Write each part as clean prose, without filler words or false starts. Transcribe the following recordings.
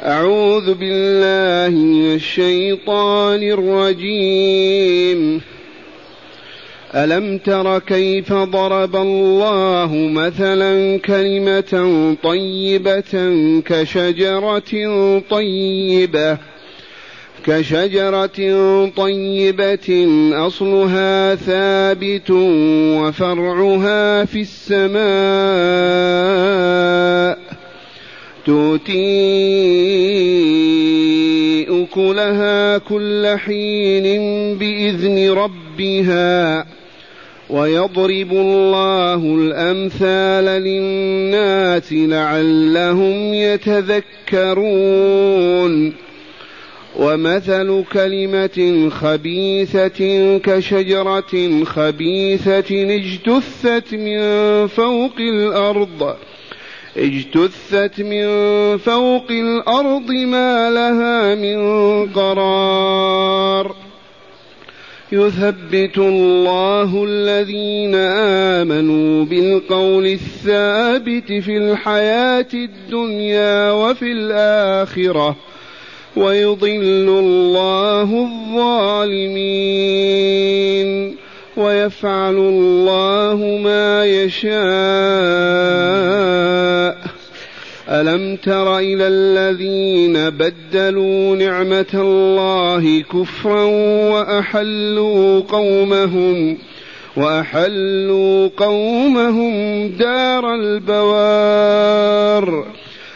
أعوذ بالله من الشيطان الرجيم. ألم تر كيف ضرب الله مثلا كلمة طيبة كشجرة طيبة أصلها ثابت وفرعها في السماء تؤتي أكلها كل حين بإذن ربها ويضرب الله الأمثال للناس لعلهم يتذكرون. ومثل كلمة خبيثة كشجرة خبيثة اجتثت من فوق الأرض ما لها من قرار. يثبت الله الذين آمنوا بالقول الثابت في الحياة الدنيا وفي الآخرة ويضل الله الظالمين ويفعل الله ما يشاء. ألم تر إلى الذين بدلوا نعمة الله كفرا وأحلوا قومهم دار البوار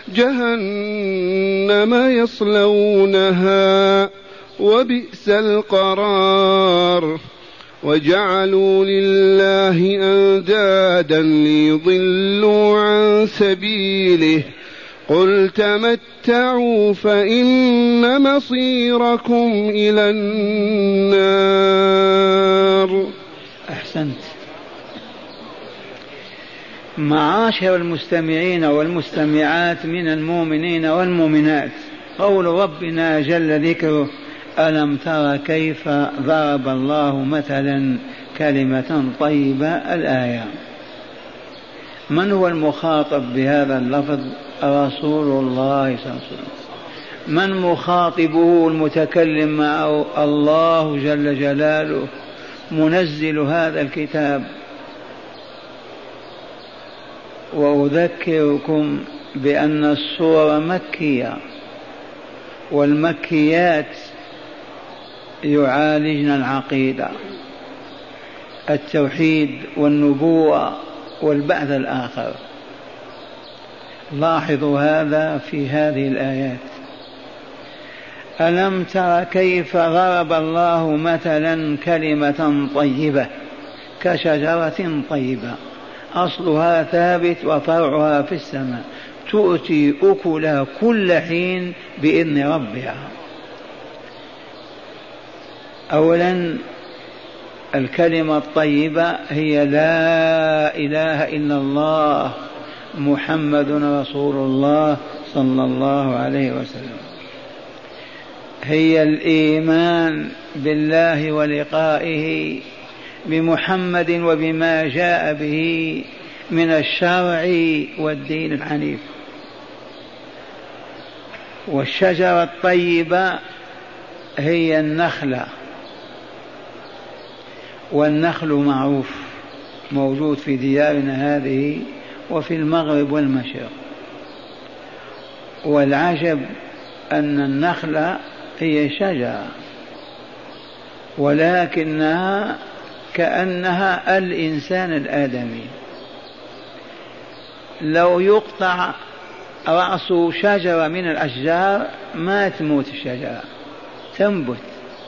جهنم يصلونها وبئس القرار. وجعلوا لله أندادا ليضلوا عن سبيله قل تمتعوا فإن مصيركم إلى النار. أحسنت. معاشر المستمعين والمستمعات من المؤمنين والمؤمنات، قول ربنا جل ذكره: ألم تر كيف ضرب الله مثلا كلمة طيبة. الآية. من هو المخاطب بهذا اللفظ؟ رسول الله صلى الله عليه وسلم. من مخاطبه المتكلم معه؟ الله جل جلاله منزل هذا الكتاب. وأذكركم بأن السورة مكية، والمكيات يعالجن العقيدة، التوحيد والنبوة والبعث الآخر. لاحظوا هذا في هذه الآيات. ألم تر كيف ضرب الله مثلا كلمة طيبة كشجرة طيبة أصلها ثابت وفرعها في السماء تؤتي أكلها كل حين بإذن ربها. أولا، الكلمة الطيبة هي لا إله إلا الله محمد رسول الله صلى الله عليه وسلم. هي الإيمان بالله ولقائه، بمحمد وبما جاء به من الشرع والدين الحنيف. والشجرة الطيبة هي النخلة، والنخل معروف موجود في ديارنا هذه وفي المغرب والمشرق. والعجب أن النخلة هي شجرة ولكنها كأنها الإنسان الآدمي. لو يقطع رأس شجرة من الأشجار ما تموت الشجرة، تنبت.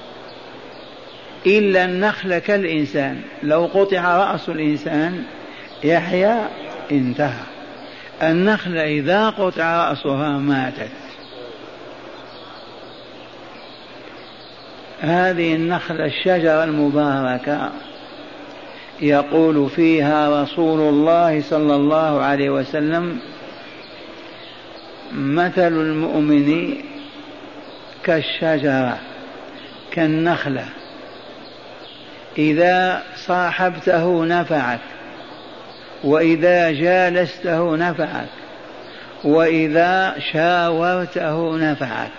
إلا النخل كالإنسان، لو قطع رأس الإنسان يحيا، انتهى. النخل إذا قطع رأسها ماتت. هذه النخلة الشجرة المباركة يقول فيها رسول الله صلى الله عليه وسلم: مثل المؤمن كالشجرة كالنخلة، إذا صاحبته نفعك، وإذا جالسته نفعك، وإذا شاورته نفعك.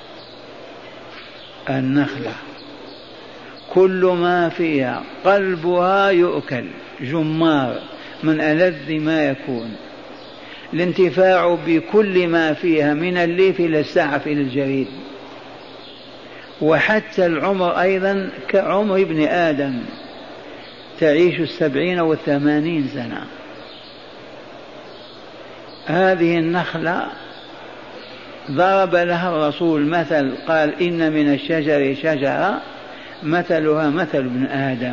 النخلة كل ما فيها قلبها يؤكل، جمار من ألذ ما يكون، الانتفاع بكل ما فيها من الليف إلى السعف إلى الجريد. وحتى العمر أيضا كعمر ابن آدم، تعيش 70 و80 سنة. هذه النخلة ضرب لها الرسول مثل، قال إن من الشجر شجرة مثلها مثل ابن آدم.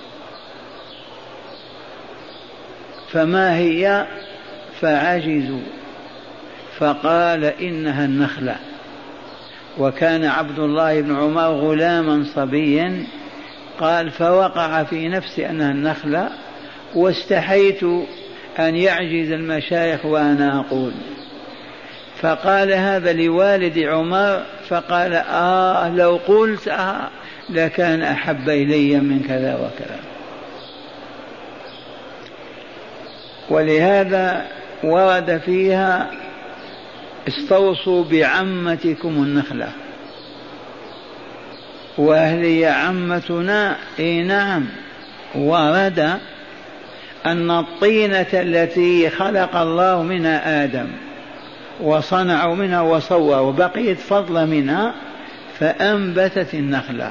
فما هي؟ فعجزوا فقال إنها النخلة. وكان عبد الله بن عمر غلاما صبيا، قال فوقع في نفسي أنها النخلة، واستحيت أن يعجز المشايخ وأنا أقول. فقال هذا لوالد عمر، فقال لو قلت لكان أحب إلي من كذا وكذا. ولهذا ورد فيها استوصوا بعمتكم النخلة. وهل هي عمتنا؟ نعم. ورد أن الطينة التي خلق الله منها آدم وصنعوا منها وصوروا وبقيت فضل منها فأنبتت النخلة،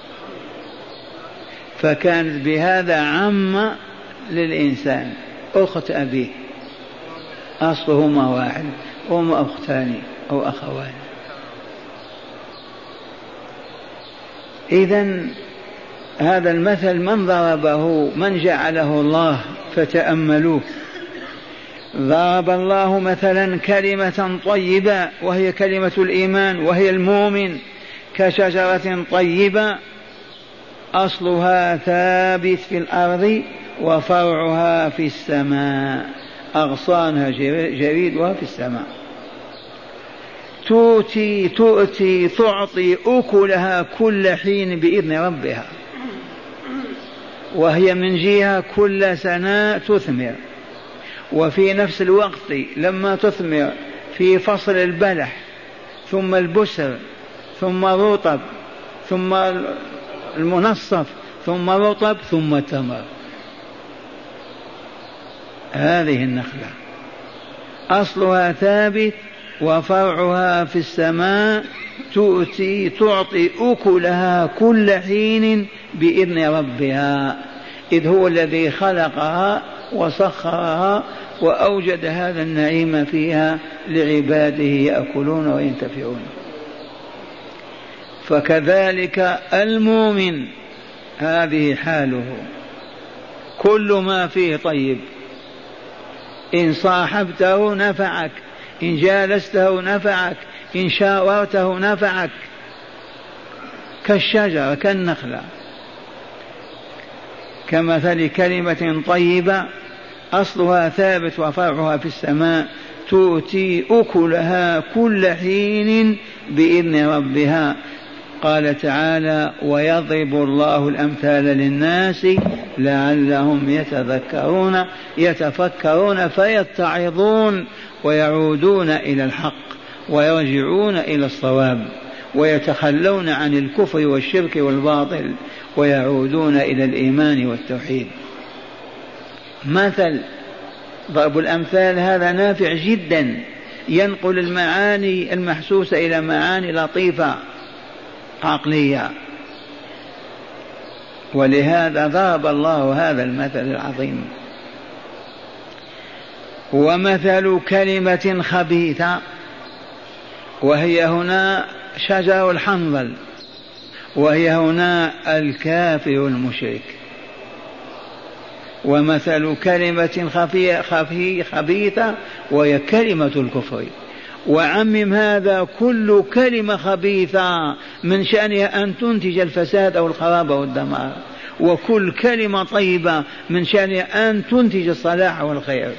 فكانت بهذا عم للإنسان، أخت أبيه، أصلهما واحد، هما أختان أو أخوان. إذن هذا المثل من ضربه؟ من جعله الله، فتأملوه. ضرب الله مثلا كلمة طيبة وهي كلمة الإيمان وهي المؤمن، كشجرة طيبة أصلها ثابت في الأرض وفرعها في السماء، أغصانها جريدها في السماء، تؤتي تعطي أكلها كل حين بإذن ربها، وهي من جهة كل سنة تثمر. وفي نفس الوقت لما تثمر في فصل البلح ثم البسر ثم الرطب ثم المنصف ثم الرطب ثم التمر. هذه النخلة أصلها ثابت وفرعها في السماء، تعطي أكلها كل حين بإذن ربها، إذ هو الذي خلقها وسخرها وأوجد هذا النعيم فيها لعباده يأكلون وينتفعون. فكذلك المؤمن هذه حاله، كل ما فيه طيب، إن صاحبته نفعك، إن جالسته نفعك، إن شاورته نفعك، كالشجرة كالنخلة، كمثل كلمة طيبة أصلها ثابت وفرعها في السماء، تؤتي أكلها كل حين بإذن ربها. قال تعالى ويضرب الله الأمثال للناس لعلهم يتفكرون فيتعظون ويعودون إلى الحق ويرجعون إلى الصواب ويتخلون عن الكفر والشرك والباطل ويعودون إلى الإيمان والتوحيد. مثل ضرب الأمثال هذا نافع جدا، ينقل المعاني المحسوسة إلى معاني لطيفة عقلية، ولهذا ضرب الله هذا المثل العظيم. ومثل كلمة خبيثة، وهي هنا شجر الحنظل، وهي هنا الكافر المشرك. ومثل كلمة خبيثة وهي كلمة الكفر. وعمم هذا كل كلمة خبيثة من شأنها أن تنتج الفساد أو الخراب أو الدمار، وكل كلمة طيبة من شأنها أن تنتج الصلاح والخير.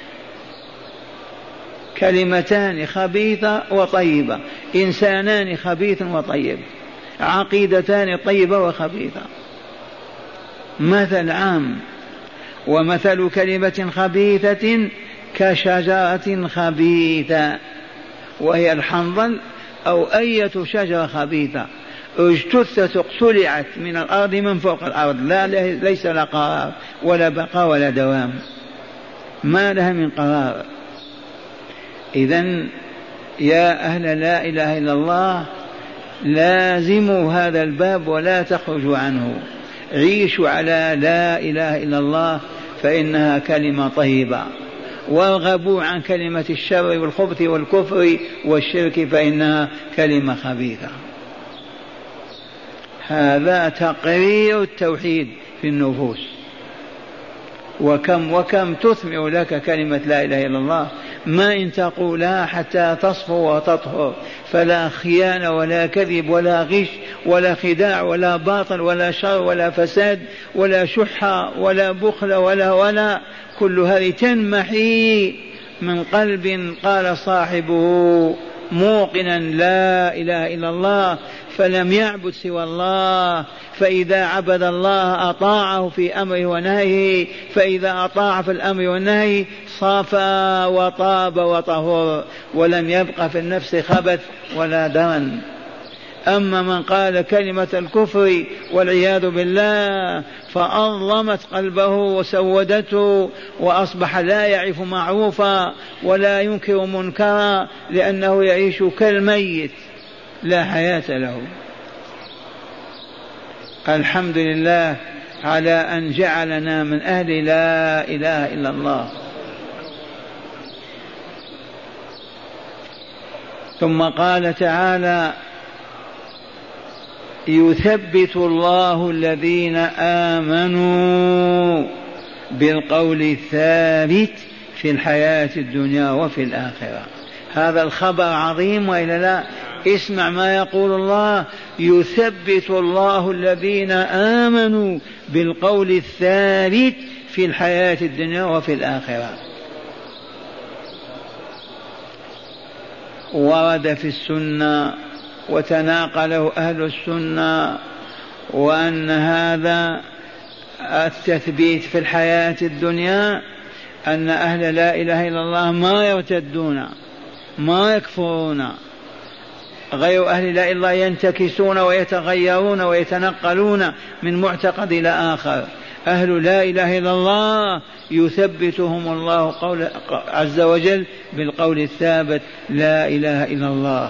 كلمتان خبيثة وطيبة، إنسانان خبيث وطيب، عقيدتان طيبة وخبيثة، مثل عام. ومثل كلمة خبيثة كشجرة خبيثة، وهي الحنظل أو أية شجرة خبيثة اجتثت اقتلعت من الأرض من فوق الأرض، ليس لها قرار ولا بقاء ولا دوام، ما لها من قرار. إذن يا أهل لا إله إلا الله لازموا هذا الباب ولا تخرجوا عنه، عيشوا على لا إله إلا الله فإنها كلمة طيبة، وارغبوا عن كلمة الشر والخبث والكفر والشرك فإنها كلمة خبيثة. هذا تقرير التوحيد في النفوس. وكم تثمر لك كلمة لا إله إلا الله، ما إن تقولها حتى تصفو وتطهر، فلا خيانة ولا كذب ولا غش ولا خداع ولا باطل ولا شر ولا فساد ولا شح ولا بخل ولا كل هذه تنمحي من قلب قال صاحبه موقنا لا إله إلا الله فلم يعبد سوى الله، فإذا عبد الله أطاعه في أمره ونهيه، فإذا أطاع في الأمر والنهي صافى وطاب وطهر ولم يبق في النفس خبث ولا درن. أما من قال كلمة الكفر والعياذ بالله فأظلمت قلبه وسودته وأصبح لا يعرف معروفا ولا ينكر منكرا، لأنه يعيش كالميت لا حياة له. الحمد لله على أن جعلنا من أهل لا إله إلا الله. ثم قال تعالى يثبت الله الذين آمنوا بالقول الثابت في الحياة الدنيا وفي الآخرة. هذا الخبر عظيم وإلا لا؟ اسمع ما يقول الله: يثبت الله الذين آمنوا بالقول الثابت في الحياة الدنيا وفي الآخرة. ورد في السنة وتناقله أهل السنة وأن هذا التثبيت في الحياة الدنيا أن أهل لا إله إلا الله ما يرتدون ما يكفرون، غير أهل لا إله إلا الله ينتكسون ويتغيرون ويتنقلون من معتقد إلى آخر. أهل لا إله إلا الله يثبتهم الله قول عز وجل بالقول الثابت لا إله إلا الله.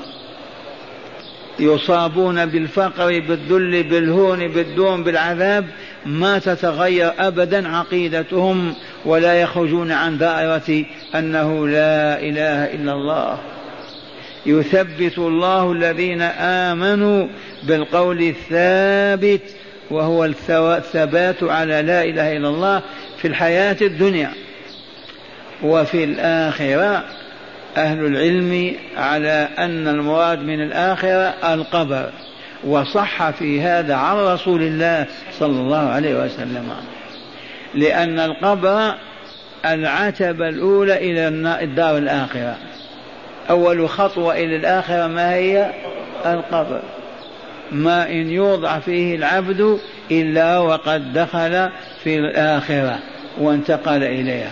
يصابون بالفقر بالذل بالهون بالدون بالعذاب، ما تتغير أبدا عقيدتهم ولا يخرجون عن دائرة أنه لا إله إلا الله. يثبت الله الذين آمنوا بالقول الثابت، وهو الثبات على لا إله إلا الله في الحياة الدنيا وفي الآخرة. أهل العلم على أن المراد من الآخرة القبر، وصح في هذا عن رسول الله صلى الله عليه وسلم، لأن القبر العتبة الأولى إلى الدار الآخرة. أول خطوة إلى الآخرة ما هي؟ القبر. ما إن يوضع فيه العبد إلا وقد دخل في الآخرة وانتقل إليها.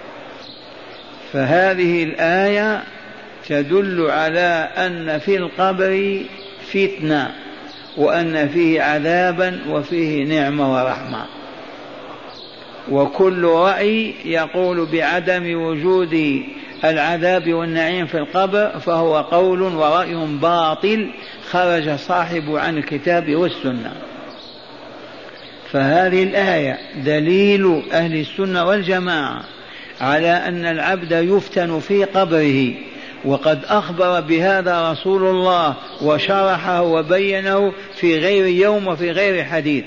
فهذه الآية تدل على أن في القبر فتنة، وأن فيه عذابا وفيه نعمة ورحمة. وكل رأي يقول بعدم وجود العذاب والنعيم في القبر فهو قول ورأي باطل خرج صاحبه عن الكتاب والسنة. فهذه الآية دليل أهل السنة والجماعة على أن العبد يفتن في قبره، وقد أخبر بهذا رسول الله وشرحه وبينه في غير يوم وفي غير حديث.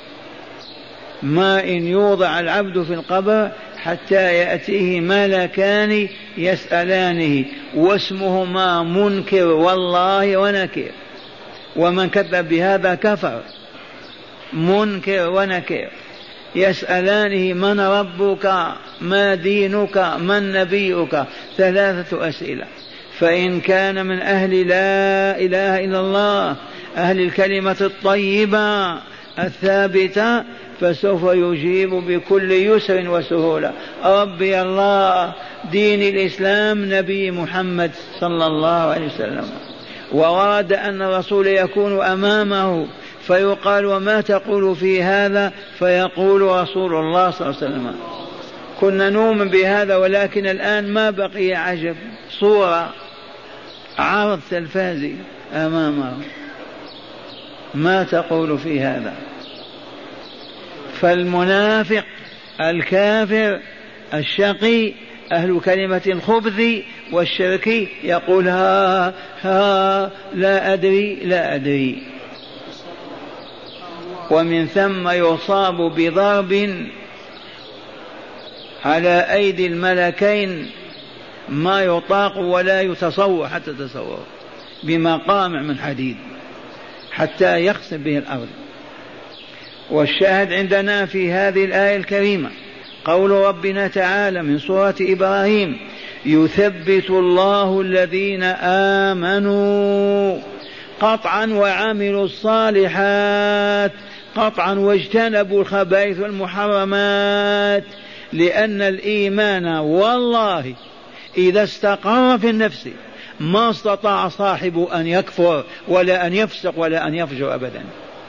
ما إن يوضع العبد في القبر حتى يأتيه ملكان يسألانه واسمهما منكر والله ونكر، ومن كذب بهذا كفر. منكر ونكر يسألانه من ربك ما دينك من نبيك، ثلاثة أسئلة. فإن كان من أهل لا إله إلا الله، أهل الكلمة الطيبة الثابتة فسوف يجيب بكل يسر وسهولة. ربي الله، دين الإسلام، نبي محمد صلى الله عليه وسلم، وورد أن الرسول يكون أمامه فيقال وما تقول في هذا؟ فيقول رسول الله صلى الله عليه وسلم. كنا نؤمن بهذا، ولكن الآن ما بقي عجب، صورة عرض تلفازي أمامه، ما تقول في هذا؟ فالمنافق الكافر الشقي أهل كلمة الخبث والشرك يقول ها لا أدري، ومن ثم يصاب بضرب على أيدي الملكين ما يطاق ولا يتصور حتى تصور، بمقامع من حديد حتى يخسف به الأرض. والشاهد عندنا في هذه الآية الكريمة قول ربنا تعالى من سورة إبراهيم: يثبت الله الذين آمنوا قطعا وعملوا الصالحات قطعا واجتنبوا الخبائث والمحرمات، لأن الإيمان والله إذا استقر في النفس ما استطاع صاحبه أن يكفر ولا أن يفسق ولا أن يفجر أبدا.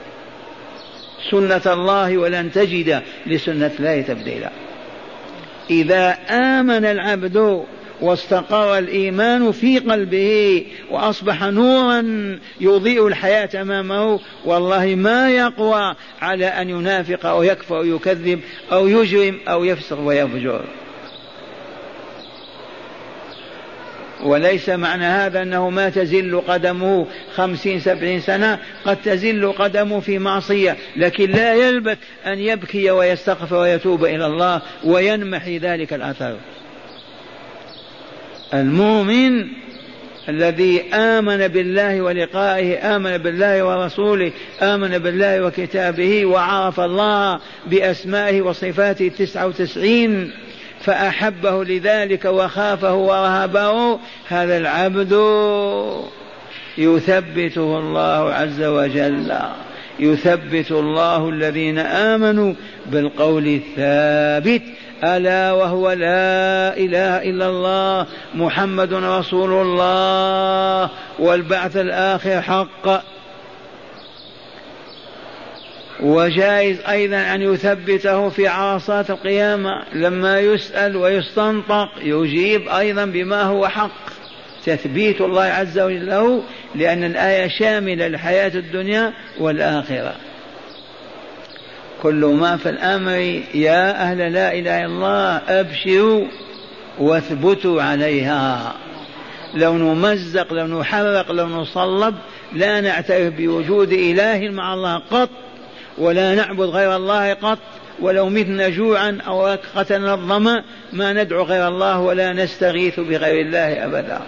سنة الله ولن تجد لسنة الله تبديلا. إذا آمن العبد واستقر الإيمان في قلبه وأصبح نورا يضيء الحياة أمامه، والله ما يقوى على أن ينافق أو يكفر أو يكذب أو يجرم أو يفسق ويفجر. وليس معنى هذا أنه ما تزل قدمه 50-70 سنة، قد تزل قدمه في معصية، لكن لا يلبث أن يبكي ويستغفر ويتوب إلى الله وينمحي ذلك الأثر. المؤمن الذي آمن بالله ولقائه، آمن بالله ورسوله، آمن بالله وكتابه، وعرف الله بأسمائه وصفاته 99 فأحبه لذلك وخافه ورهبه، هذا العبد يثبته الله عز وجل. يثبت الله الذين آمنوا بالقول الثابت، ألا وهو لا إله إلا الله محمد رسول الله، والبعث الآخر حق. وجائز أيضا أن يثبته في عرصات القيامة لما يسأل ويستنطق يجيب أيضا بما هو حق، تثبيت الله عز وجل له، لأن الآية شاملة للحياة الدنيا والآخرة. كل ما في الأمر يا أهل لا إله إلا الله أبشروا واثبتوا عليها. لو نمزق، لو نحرق، لو نصلب، لا نعترف بوجود إله مع الله قط، ولا نعبد غير الله قط، ولو متنا جوعا أو قتلنا الظمأ ما ندعو غير الله ولا نستغيث بغير الله أبدا.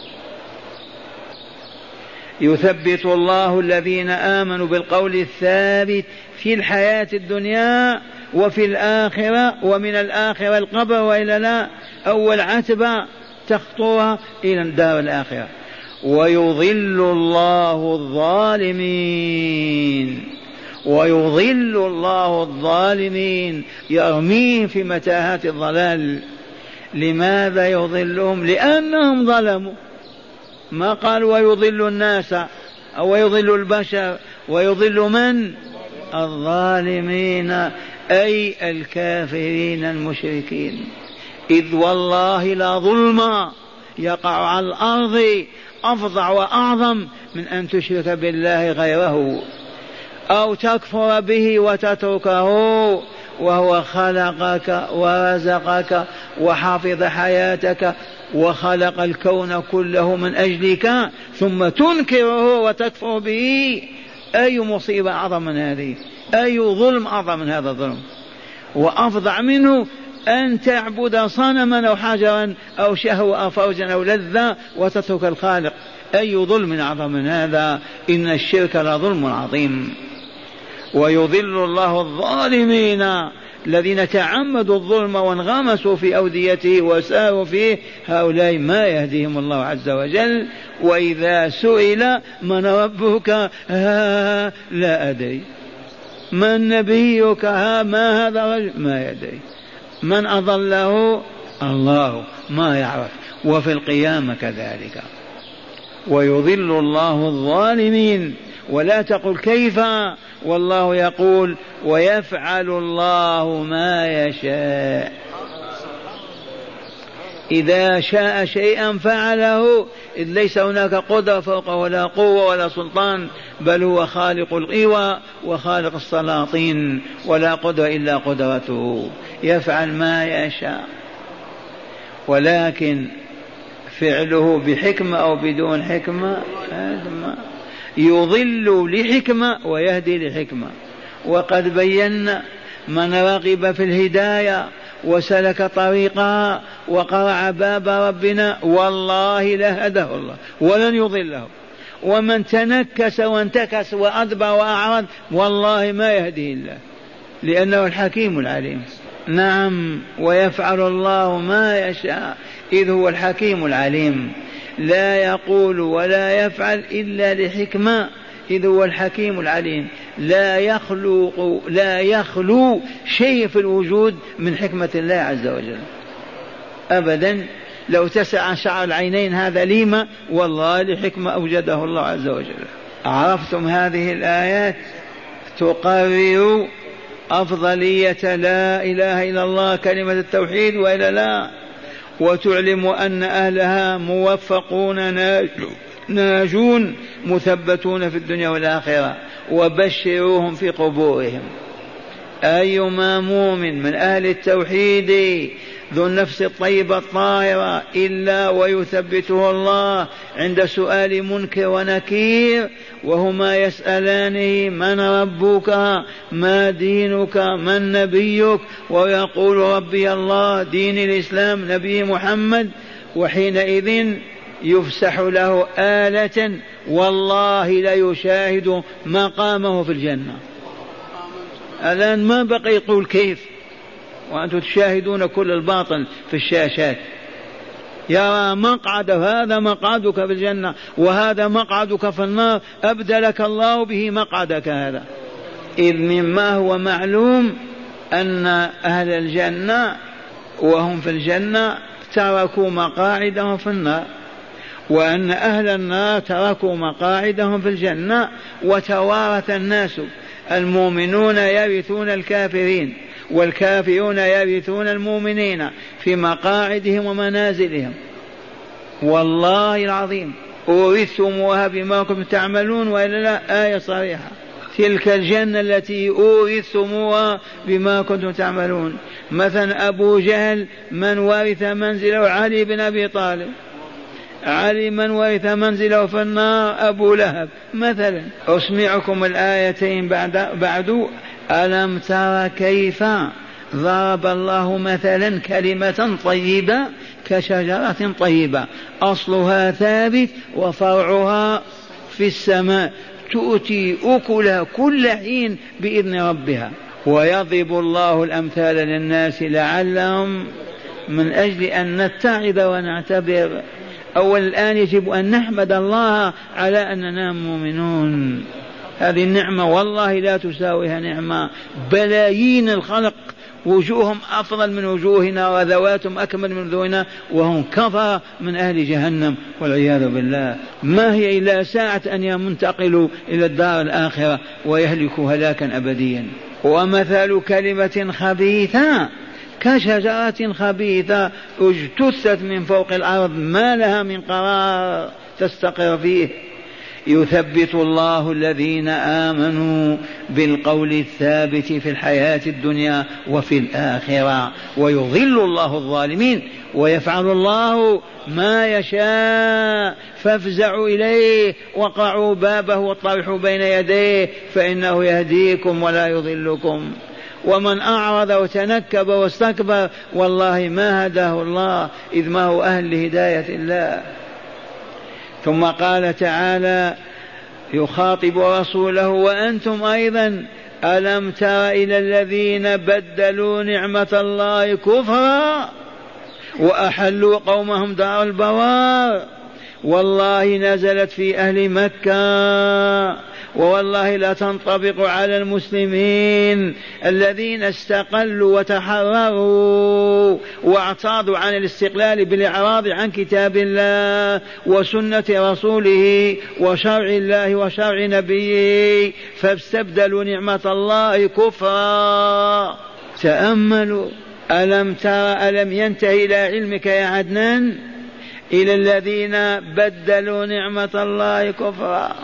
يثبت الله الذين آمنوا بالقول الثابت في الحياة الدنيا وفي الآخرة، ومن الآخرة القبر وإلا لا، أول عتبة تخطوها إلى الدار الآخرة. ويضل الله الظالمين، ويضل الله الظالمين، يرميهم في متاهات الضلال. لماذا يضلهم؟ لأنهم ظلموا. ما قال ويضل الناس أو يضل البشر، ويضل من؟ الظالمين، أي الكافرين المشركين. إذ والله لا ظلم يقع على الأرض أفظع وأعظم من أن تشرك بالله غيره أو تكفر به وتتركه، وهو خلقك ورزقك وحفظ حياتك وخلق الكون كله من أجلك، ثم تنكره وتكفر به. أي مصيبة أعظم من هذه؟ أي ظلم أعظم من هذا الظلم؟ وأفظع منه أن تعبد صنما أو حجرا أو شهوة أو فوجا أو لذة وتترك الخالق. أي ظلم أعظم من هذا؟ إن الشرك لظلم عظيم. ويضل الله الظالمين الذين تعمدوا الظلم وانغمسوا في أوديته وساروا فيه، هؤلاء ما يهديهم الله عز وجل. وإذا سئل من ربك لا أدري. من نبيك؟ ما هذا الرجل؟ ما يدري. من أضله؟ الله، ما يعرف. وفي القيامة كذلك. ويضل الله الظالمين. ولا تقل كيف، والله يقول ويفعل الله ما يشاء. إذا شاء شيئا فعله، إذ ليس هناك قدرة فوقه ولا قوة ولا سلطان، بل هو خالق القوى وخالق السلاطين، ولا قدرة إلا قدرته. يفعل ما يشاء، ولكن فعله بحكمة أو بدون حكمة يضل لحكمة ويهدي لحكمة. وقد بينا من رغب في الهداية وسلك طريقها وقرع باب ربنا والله لهده الله ولن يضله، ومن تنكس وانتكس وأدبر وأعرض والله ما يهديه الله، لأنه الحكيم العليم. نعم، ويفعل الله ما يشاء إذ هو الحكيم العليم، لا يقول ولا يفعل إلا لحكمة، إذ هو الحكيم العليم. لا يخلو شيء في الوجود من حكمة الله عز وجل أبدا. لو تسع شعر العينين هذا لما؟ والله لحكمة أوجده الله عز وجل. عرفتم هذه الآيات تقرر أفضلية لا إله إلا الله، كلمة التوحيد، وإلا لا؟ وتعلم أن أهلها موفقون ناجون مثبتون في الدنيا والآخرة، وبشروهم في قبورهم. أيما مؤمن من أهل التوحيد ذو النفس الطيبة الطاهرة إلا ويثبته الله عند سؤال منكر ونكير، وهما يسألانه من ربك، ما دينك، من نبيك، ويقول ربي الله، دين الإسلام، نبي محمد. وحينئذ يفسح له آلة والله لا يشاهد مقامه في الجنة. الآن ما بقي يقول كيف، وأنتم تشاهدون كل الباطل في الشاشات. يرى مقعد، هذا مقعدك في الجنة وهذا مقعدك في النار، أبدلك الله به مقعدك هذا. إذ مما هو معلوم أن أهل الجنة وهم في الجنة تركوا مقاعدهم في النار، وأن أهل النار تركوا مقاعدهم في الجنة، وتوارث الناس، المؤمنون يرثون الكافرين والكافرون يرثون المؤمنين في مقاعدهم ومنازلهم. والله العظيم أورثتموها بما كنتم تعملون، وإلا لا؟ آية صريحة. تلك الجنة التي أورثتموها بما كنتم تعملون. مثلا أبو جهل من ورث منزله علي بن أبي طالب، علي من ورث منزله في النار أبو لهب مثلا. أسمعكم الآيتين بعد. ألم تر كيف ضرب الله مثلا كلمة طيبة كشجرة طيبة أصلها ثابت وفرعها في السماء تؤتي أكلها كل حين بإذن ربها. ويضرب الله الأمثال للناس لعلهم، من أجل أن نتعظ ونعتبر. أول الآن يجب أن نحمد الله على أننا مؤمنون. هذه النعمة والله لا تساويها نعمة. بلايين الخلق وجوههم أفضل من وجوهنا وذواتهم أكمل من ذوينا، وهم كفر من أهل جهنم والعياذ بالله. ما هي إلا ساعة أن ينتقلوا إلى الدار الآخرة ويهلكوا هلاكا أبديا. ومثل كلمة خبيثة كشجرة خبيثة اجتثت من فوق الأرض ما لها من قرار تستقر فيه. يثبت الله الذين آمنوا بالقول الثابت في الحياة الدنيا وفي الآخرة، ويضل الله الظالمين. ويفعل الله ما يشاء، فافزعوا إليه وقعوا بابه واطرحوا بين يديه فإنه يهديكم ولا يضلكم. ومن أعرض وتنكب واستكبر والله ما هداه الله، إذ ما هو أهل لهداية الله. ثم قال تعالى يخاطب رسوله وأنتم أيضا ألم تر إلى الذين بدلوا نعمة الله كفرا وأحلوا قومهم دار البوار. والله نزلت في أهل مكة ووالله لا تنطبق على المسلمين الذين استقلوا وتحرروا واعتاضوا عن الاستقلال بالإعراض عن كتاب الله وسنة رسوله وشرع الله وشرع نبيه، فاستبدلوا نعمة الله كفرا. تأملوا، ألم ينتهي إلى علمك يا عدنان إلى الذين بدلوا نعمة الله كفرا؟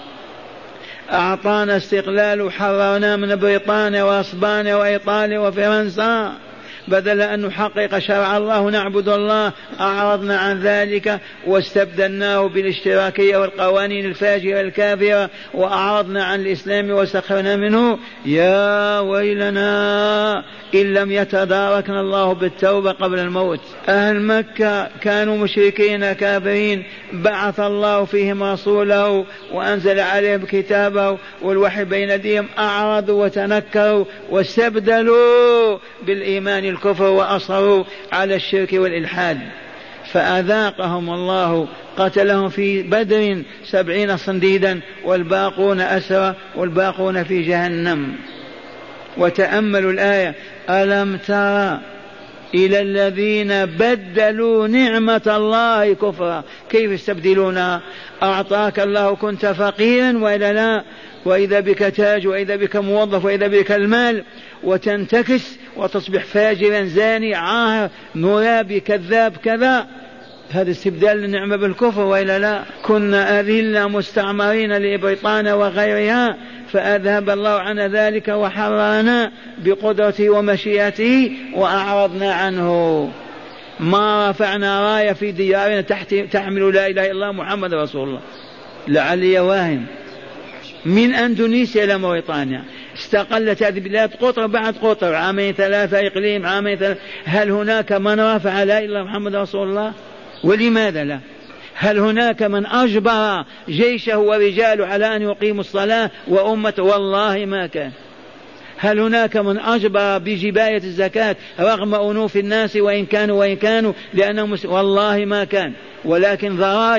أعطانا استقلال وحررنا من بريطانيا وأسبانيا وإيطاليا وفرنسا، بدل أن نحقق شرع الله نعبد الله أعرضنا عن ذلك واستبدلناه بالاشتراكية والقوانين الفاجرة الكافرة، وأعرضنا عن الإسلام واستخرنا منه. يا ويلنا إن لم يتداركنا الله بالتوبة قبل الموت. أهل مكة كانوا مشركين كافرين، بعث الله فيهم رسوله وأنزل عليهم كتابه والوحي بين يديهم، أعرضوا وتنكروا واستبدلوا بالإيمان الكفر وأصروا على الشرك والإلحاد، فأذاقهم الله، قتلهم في بدر 70 صنديدا والباقون أسرى والباقون في جهنم. وتأملوا الآية: ألم ترى إلى الذين بدلوا نعمة الله كفرا. كيف يستبدلونها؟ أعطاك الله كنت فقيرا وإلا لا، وإذا بك تاج وإذا بك موظف وإذا بك المال، وتنتكس وتصبح فاجرا زاني عاهر مرابي كذاب كذا. هذا استبدال النعمة بالكفر وإلا لا. كنا أذلة مستعمرين لبريطانيا وغيرها، فأذهب الله عن ذلك وحررنا بقدرته ومشيئته وأعرضنا عنه. ما رفعنا راية في ديارنا تحمل لا إله إلا الله محمد رسول الله. لعلي واهم من أندونيسيا إلى موريطانيا، استقلت هذه البلاد قطر بعد قطر، عامين ثلاثة إقليم، عامين ثلاثة. هل هناك من رفع لا إله إلا الله محمد رسول الله؟ ولماذا لا؟ هل هناك من أجبر جيشه ورجاله على أن يقيموا الصلاة وأمته؟ والله ما كان. هل هناك من أجبر بجباية الزكاة رغم أنوف الناس وإن كانوا لأنهم والله ما كان، ولكن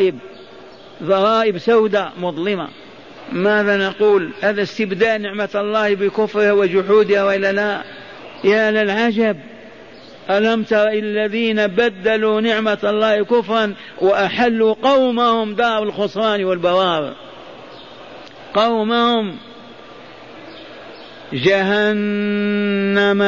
ضرائب سوداء مظلمة. ماذا نقول؟ هذا استبدال نعمة الله بكفرها وجحودها وإلا لا؟ يا للعجب. ألم تر الذين بدلوا نعمة الله كفرا وأحلوا قومهم دار الخسران والبوار. قومهم جهنم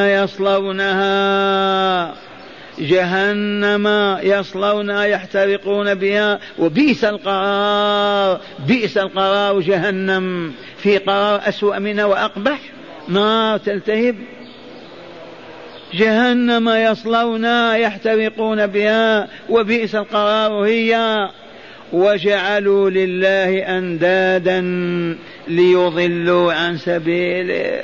يصلونها يحترقون بها وبئس القرار. بئس القرار جهنم، في قرار أسوأ منها وأقبح، نار تلتهب. جهنم يصلونها يحترقون بها وبئس القرار هي. وجعلوا لله أندادا ليضلوا عن سبيله.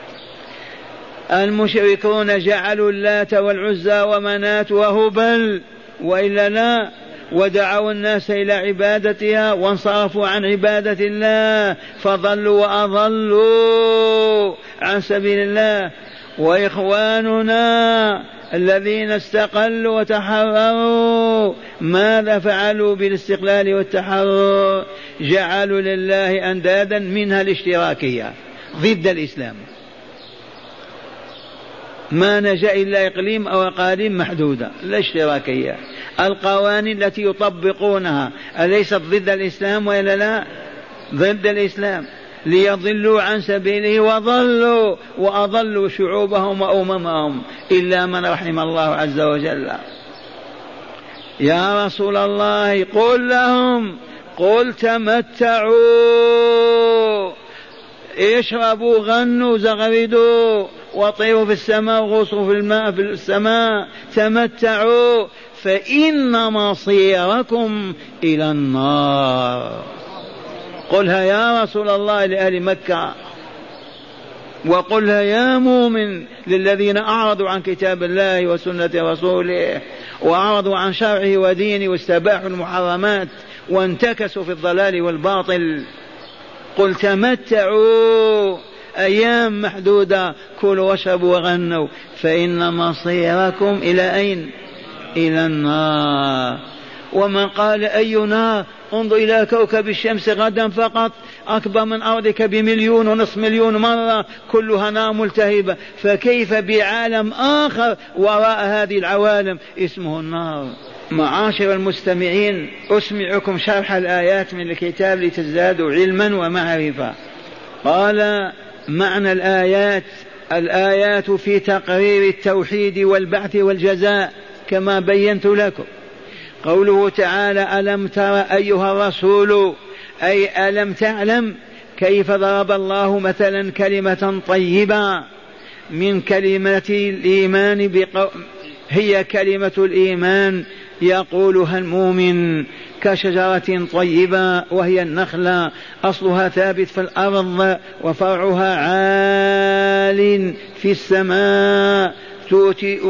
المشركون جعلوا اللات والعزى ومناة وهبل وإلا لا، ودعوا الناس إلى عبادتها وانصرفوا عن عبادة الله فضلوا وأضلوا عن سبيل الله. وإخواننا الذين استقلوا وتحرروا ماذا فعلوا بالاستقلال والتحرر؟ جعلوا لله أندادا، منها الاشتراكية ضد الإسلام. ما نجا إلا إقليم أو أقاليم محدودة. الاشتراكية القوانين التي يطبقونها أليست ضد الإسلام وإلا لا؟ ضد الإسلام، ليضلوا عن سبيله وضلوا وأضلوا شعوبهم وأممهم إلا من رحم الله عز وجل. يا رسول الله قل لهم، قل تمتعوا، اشربوا غنوا زغردوا وطيروا في السماء وغوصوا في الماء في السماء، تمتعوا فإن مصيركم إلى النار. قلها يا رسول الله لأهل مكة، وقلها يا مؤمن للذين أعرضوا عن كتاب الله وسنة رسوله وأعرضوا عن شرعه ودينه واستباحوا المحرمات وانتكسوا في الضلال والباطل. قل تمتعوا أيام محدودة، كلوا واشربوا وغنوا فإن مصيركم إلى أين؟ إلى النار. ومن قال أي نار؟ انظر إلى كوكب الشمس غدا فقط أكبر من أرضك ب1.5 مليون مرة، كلها نار ملتهبة، فكيف بعالم آخر وراء هذه العوالم اسمه النار؟ معاشر المستمعين، أسمعكم شرح الآيات من الكتاب لتزدادوا علما ومعرفة. قال معنى الآيات في تقرير التوحيد والبعث والجزاء كما بينت لكم. قوله تعالى ألم تر أيها الرسول، أي ألم تعلم كيف ضرب الله مثلا كلمة طيبة من كلمة الإيمان هي كلمة الإيمان يقولها المؤمن كشجرة طيبة وهي النخلة أصلها ثابت في الأرض وفرعها عال في السماء تعطي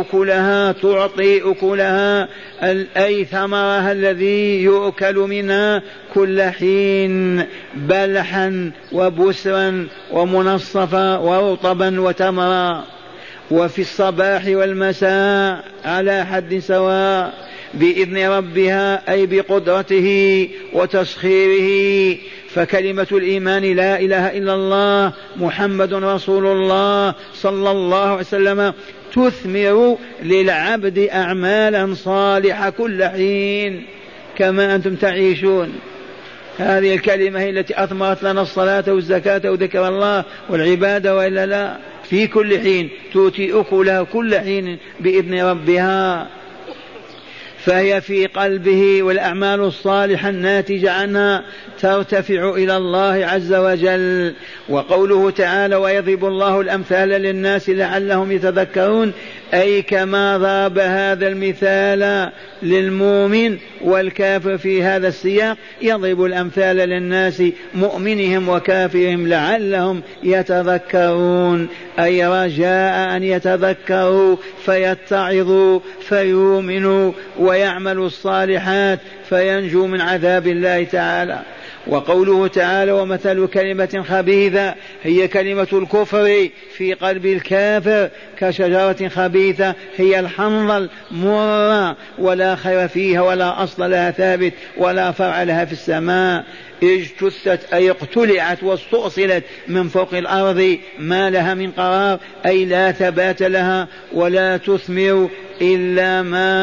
أكلها أي ثمرها الذي يؤكل منها كل حين بلحا وبسرا ومنصفا ورطبا وتمرا، وفي الصباح والمساء على حد سواء بإذن ربها أي بقدرته وتسخيره. فكلمة الإيمان لا إله إلا الله محمد رسول الله صلى الله عليه وسلم تثمر للعبد أعمالا صالحة كل حين كما أنتم تعيشون. هذه الكلمة هي التي أثمرت لنا الصلاة والزكاة وذكر الله والعبادة، وإلا لا؟ في كل حين تؤتي أكلها كل حين بإذن ربها، فهي في قلبه، والأعمال الصالحة الناتجة عنها ترتفع إلى الله عز وجل. وقوله تعالى ويضرب الله الأمثال للناس لعلهم يتذكرون، أي كما ضرب هذا المثال للمؤمن والكافر في هذا السياق يضرب الأمثال للناس مؤمنهم وكافرهم لعلهم يتذكرون، أي رجاء أن يتذكروا فيتعظوا فيؤمنوا ويعملوا الصالحات فينجوا من عذاب الله تعالى. وقوله تعالى ومثل كلمة خبيثة هي كلمة الكفر في قلب الكافر كشجرة خبيثة هي الحنظل مرة ولا خير فيها ولا أصل لها ثابت ولا فرع لها في السماء، اجتثت أي اقتلعت واستؤصلت من فوق الأرض ما لها من قرار، أي لا ثبات لها ولا تثمر إلا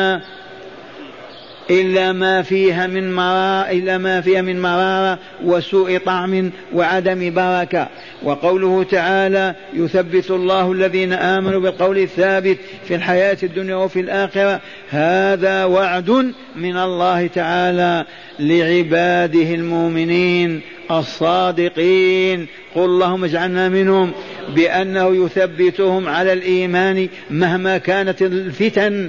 ما فيها من مرارة وسوء طعم وعدم بركة. وقوله تعالى يثبت الله الذين آمنوا بالقول الثابت في الحياة الدنيا وفي الآخرة، هذا وعد من الله تعالى لعباده المؤمنين الصادقين. قل اللهم اجعلنا منهم، بأنه يثبتهم على الإيمان مهما كانت الفتن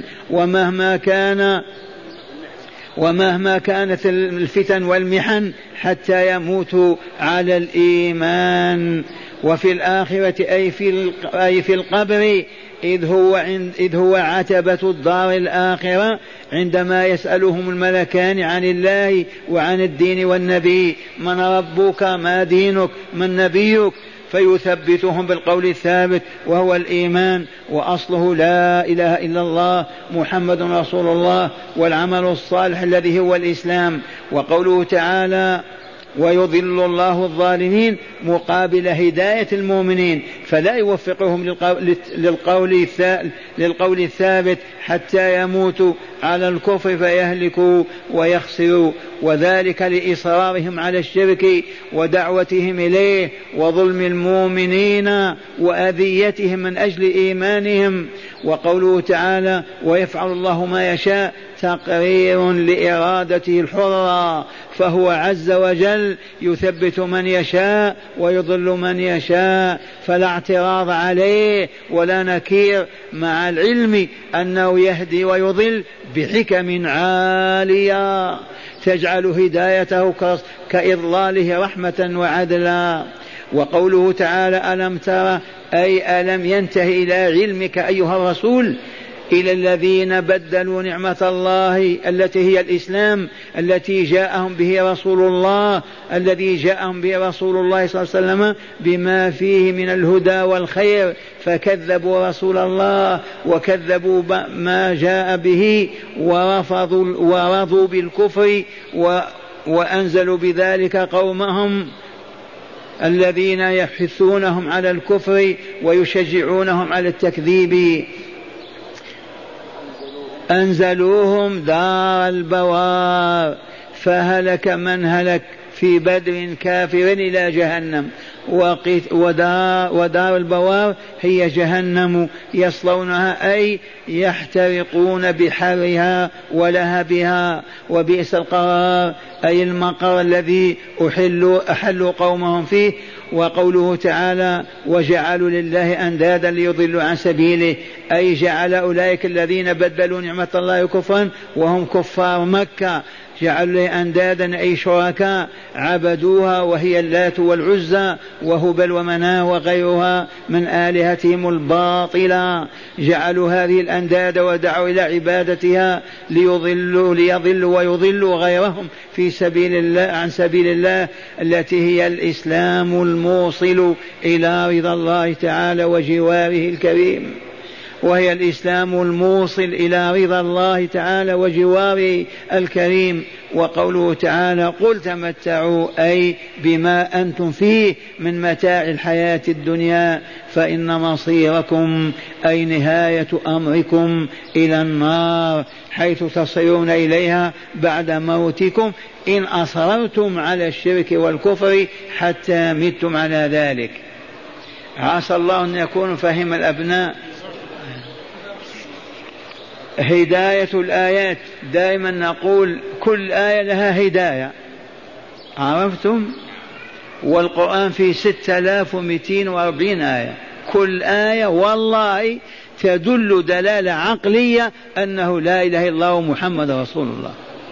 ومهما كانت الفتن والمحن حتى يموتوا على الإيمان. وفي الآخرة أي في القبر إذ هو عتبة الدار الآخرة عندما يسألهم الملكان عن الله وعن الدين والنبي، من ربك ما دينك من نبيك، فيثبتهم بالقول الثابت وهو الإيمان، وأصله لا إله إلا الله محمد رسول الله، والعمل الصالح الذي هو الإسلام. وقوله تعالى ويضل الله الظالمين مقابل هداية المؤمنين، فلا يوفقهم للقول الثابت حتى يموتوا على الكفر فيهلكوا ويخسروا، وذلك لإصرارهم على الشرك ودعوتهم إليه وظلم المؤمنين وأذيتهم من أجل إيمانهم. وقوله تعالى ويفعل الله ما يشاء تقرير لإرادته الحرة، فهو عز وجل يثبت من يشاء ويضل من يشاء، فلا اعتراض عليه ولا نكير، مع العلم أنه يهدي ويضل بحكم عالية تجعل هدايته كإضلاله رحمة وعدلا. وقوله تعالى ألم ترى أي ألم ينتهي إلى علمك أيها الرسول إلى الذين بدلوا نعمة الله التي هي الإسلام التي جاءهم به رسول الله صلى الله عليه وسلم بما فيه من الهدى والخير، فكذبوا رسول الله وكذبوا ما جاء به ورضوا بالكفر وأنزلوا بذلك قومهم الذين يحثونهم على الكفر ويشجعونهم على التكذيب، أنزلوهم دار البوار، فهلك من هلك في بدر كافر إلى جهنم. ودار البوار هي جهنم يصلونها أي يحترقون بحرها ولهبها، وبئس القرار أي المقر الذي أحلوا قومهم فيه. وقوله تعالى وجعلوا لله أندادا ليضلوا عن سبيله، أي جعل أولئك الذين بدلوا نعمة الله كفرا وهم كفار مكة، جعلوا له أندادا أي شركاء عبدوها، وهي اللات والعزى وهبل ومناه وغيرها من آلهتهم الباطلة. جعلوا هذه الأنداد ودعوا إلى عبادتها ليضلوا ويضلوا غيرهم في سبيل الله عن سبيل الله التي هي الإسلام الموصل إلى رضا الله تعالى وجواره الكريم، وهي الإسلام الموصل إلى رضا الله تعالى وجواره الكريم. وقوله تعالى قل تمتعوا أي بما أنتم فيه من متاع الحياة الدنيا فإن مصيركم أي نهاية أمركم إلى النار، حيث تصيرون إليها بعد موتكم إن أصررتم على الشرك والكفر حتى متم على ذلك. عسى الله أن يكون فهم الأبناء. هداية الآيات، دائما نقول كل آية لها هداية، عرفتم؟ والقرآن فيه 6240 آية، كل آية والله تدل دلالة عقلية أنه لا إله إلا الله محمد رسول الله.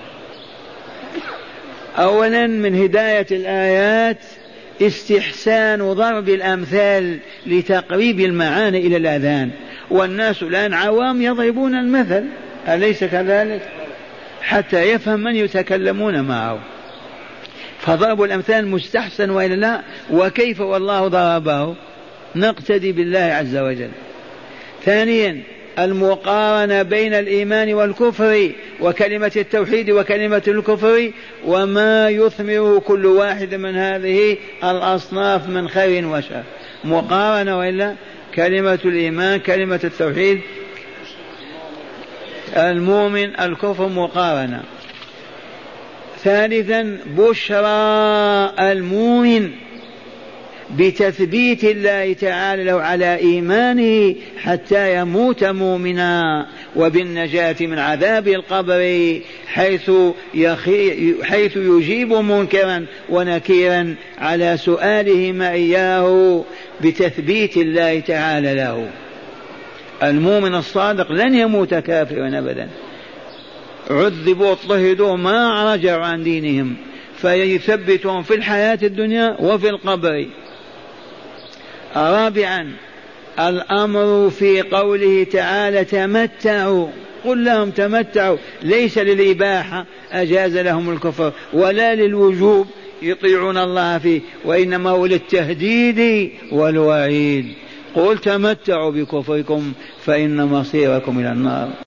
أولا من هداية الآيات استحسان ضرب الأمثال لتقريب المعاني إلى الأذهان، والناس الآن عوام يضربون المثل، أليس كذلك؟ حتى يفهم من يتكلمون معه، فضرب الأمثال مستحسن وإلا لا؟ وكيف والله ضربه؟ نقتدي بالله عز وجل. ثانيا المقارنة بين الإيمان والكفر وكلمة التوحيد وكلمة الكفر وما يثمر كل واحد من هذه الأصناف من خير وشر، مقارنة وإلا؟ كلمة الإيمان كلمة التوحيد المؤمن الكفر مقارنة. ثالثا بشرى المؤمن بتثبيت الله تعالى له على إيمانه حتى يموت مؤمنا، وبالنجاة من عذاب القبر حيث يجيب منكرا ونكيرا على سؤالهما إياه بتثبيت الله تعالى له. المؤمن الصادق لن يموت كافرا أبدا، عذبوا اضطهدوا ما رجعوا عن دينهم، فيثبتهم في الحياة الدنيا وفي القبر. رابعا الأمر في قوله تعالى تمتعوا، قل لهم تمتعوا، ليس للإباحة أجاز لهم الكفر ولا للوجوب يطيعون الله فيه، وإنما هو للتهديد والوعيد. قل تمتعوا بكفركم فإن مصيركم إلى النار.